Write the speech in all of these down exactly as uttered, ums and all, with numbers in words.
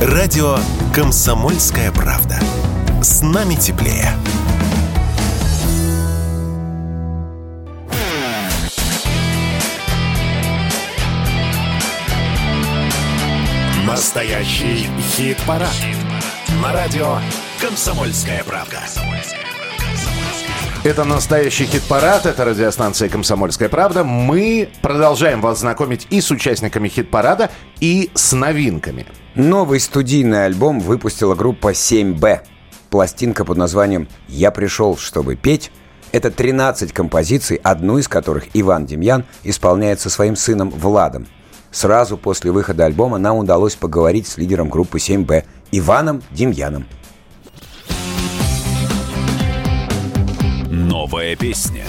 Радио «Комсомольская правда». С нами теплее. Настоящий хит-парад. Хит-парад. На радио «Комсомольская правда». Это настоящий хит-парад, это радиостанция «Комсомольская правда». Мы продолжаем вас знакомить и с участниками хит-парада, и с новинками. Новый студийный альбом выпустила группа семь бэ. Пластинка под названием «Я пришел, чтобы петь». Это тринадцать композиций, одну из которых Иван Демьян исполняет со своим сыном Владом. Сразу после выхода альбома нам удалось поговорить с лидером группы семь бэ Иваном Демьяном. Новая песня.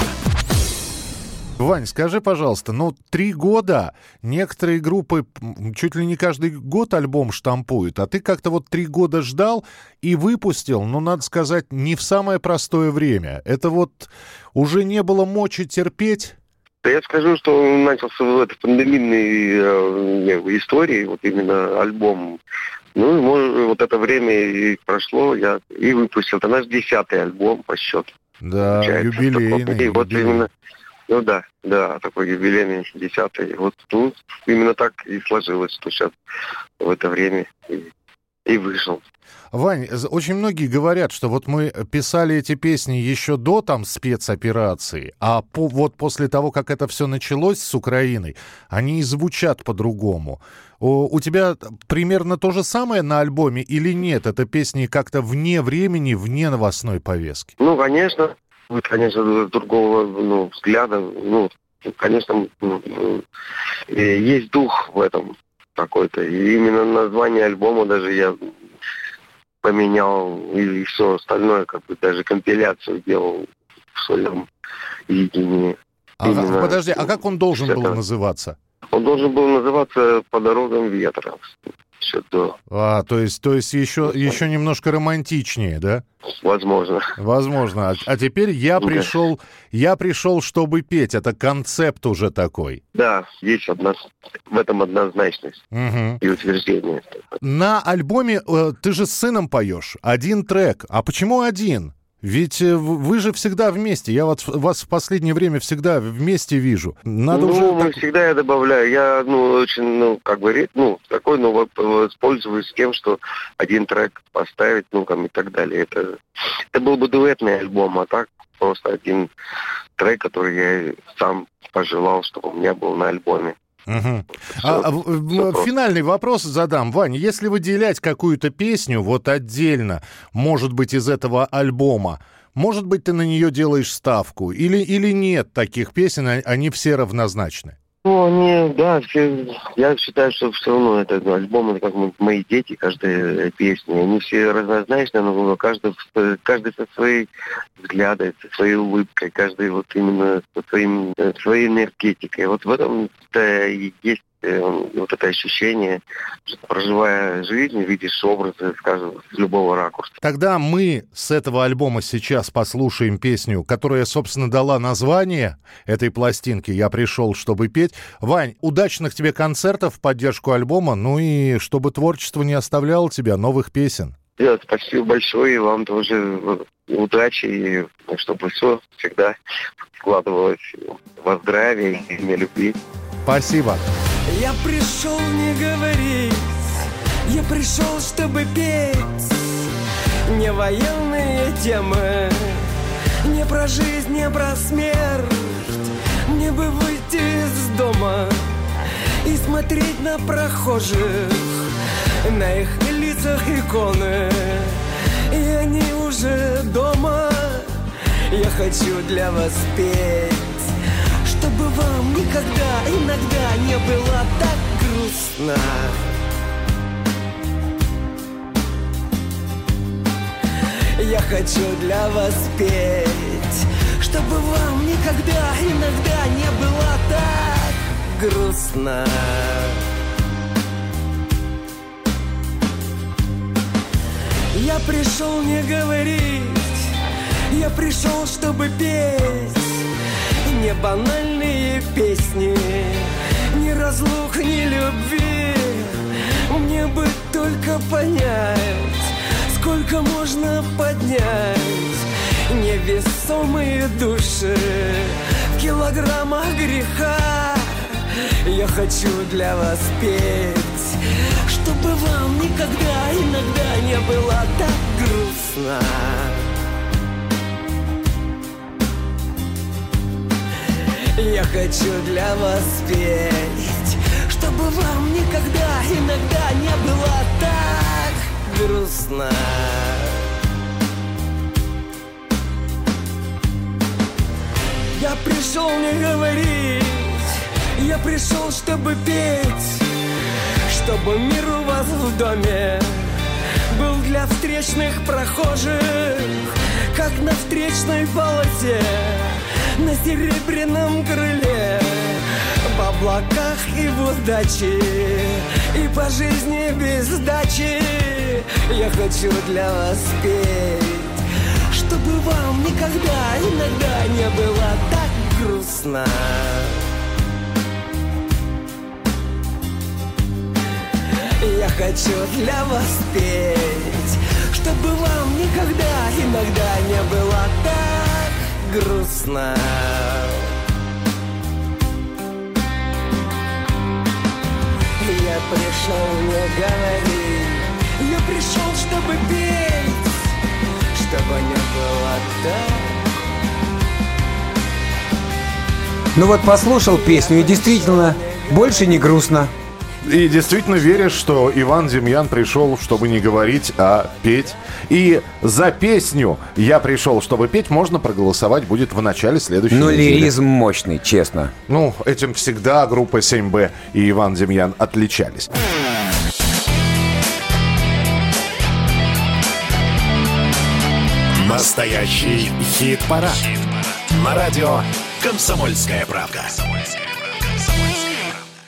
Вань, скажи, пожалуйста, ну, три года, некоторые группы чуть ли не каждый год альбом штампуют, а ты как-то вот три года ждал и выпустил, ну, надо сказать, не в самое простое время. Это вот уже не было мочи терпеть? Да я скажу, что он начался в этой пандемийной э, истории, вот именно альбом. Ну, и может, вот это время и прошло, я и выпустил. Это наш десятый альбом по счету. Да, получается. юбилейный. Такой, вот юбилейный. именно, ну да, да, такой юбилейный десятый. Вот ну, именно так и сложилось, что сейчас в это время и, и вышел. Вань, очень многие говорят, что вот мы писали эти песни еще до там спецоперации, а по, вот после того, как это все началось с Украиной, они и звучат по-другому. У, у тебя примерно то же самое на альбоме или нет? Это песни как-то вне времени, вне новостной повестки? Ну, конечно, конечно, другого ну, взгляда. Ну, конечно, ну, есть дух в этом какой-то. И именно название альбома даже я поменял, и все остальное, как бы даже компиляцию делал в своем видении. А, Именно, подожди, а как он должен был это... называться? Он должен был называться «По дорогам ветра». Еще до. А, то есть, то есть еще, еще немножко романтичнее, да? Возможно. Возможно. А, а теперь я пришел, я пришел, чтобы петь. Это концепт уже такой. Да, есть одна, в этом однозначность Угу. и утверждение. На альбоме э, ты же с сыном поешь. Один трек. А почему один? Ведь э, вы же всегда вместе. Я вот вас в последнее время всегда вместе вижу. Надо ну, уже мы так... всегда я добавляю. Я, ну, очень, ну, как бы, ну, такой, ну, воспользуюсь тем, что один трек поставить, ну, там, и так далее. Это, это был бы дуэтный альбом, а так просто один трек, который я сам пожелал, чтобы у меня был на альбоме. Угу. А, а, финальный вопрос задам. Вань, если выделять какую-то песню вот отдельно, может быть, из этого альбома, может быть, ты на нее делаешь ставку? Или, или нет таких песен, они все равнозначны? Ну, они, да, все, я считаю, что все равно это ну, альбом, это как мои дети, каждая песня. Они все разнозначны, но каждый, каждый со своей взглядом, со своей улыбкой, каждый вот именно со своим, своей энергетикой. Вот в этом и есть вот это ощущение, что проживая жизнь, видишь образы, скажем, с любого ракурса. Тогда мы с этого альбома сейчас послушаем песню, которая, собственно, дала название этой пластинки «Я пришел, чтобы петь». Вань, удачных тебе концертов в поддержку альбома, ну и чтобы творчество не оставляло тебя, новых песен. Да, спасибо большое, и вам тоже удачи, и чтобы все всегда складывалось во здравии и в любви. Спасибо. Я пришел не говорить, я пришел, чтобы петь. Не военные темы, не про жизнь, не про смерть. Мне бы выйти из дома и смотреть на прохожих, на их лицах иконы, и они уже дома. Я хочу для вас петь, чтобы вам никогда, иногда не было так грустно. Я хочу для вас петь, чтобы вам никогда, иногда не было так грустно. Я пришел не говорить, я пришел, чтобы петь. Не банальные песни, ни разлук, ни любви. Мне бы только только понять, сколько можно поднять невесомые души в килограммах греха. Я хочу для вас петь, чтобы вам никогда, иногда не было так грустно. Я хочу для вас петь, чтобы вам никогда, иногда не было так грустно. Я пришел не говорить, я пришел, чтобы петь, чтобы мир у вас в доме был для встречных прохожих, как на встречной полосе, на серебряном крыле, в облаках и в удаче, и по жизни без сдачи. Я хочу для вас петь, чтобы вам никогда, иногда не было так грустно. Я хочу для вас петь, чтобы вам никогда, иногда не было так грустно. Я пришел не говорить, я пришел, чтобы петь, чтобы не было так. Ну вот послушал песню, и действительно, больше не грустно. И действительно веришь, что Иван Демьян пришел, чтобы не говорить, а петь. И за песню «Я пришел, чтобы петь» можно проголосовать будет в начале следующей Ну, недели. лиризм мощный, честно. Ну, этим всегда группа семь бэ и Иван Демьян отличались. Настоящий хит-парад. На радио «Комсомольская правда».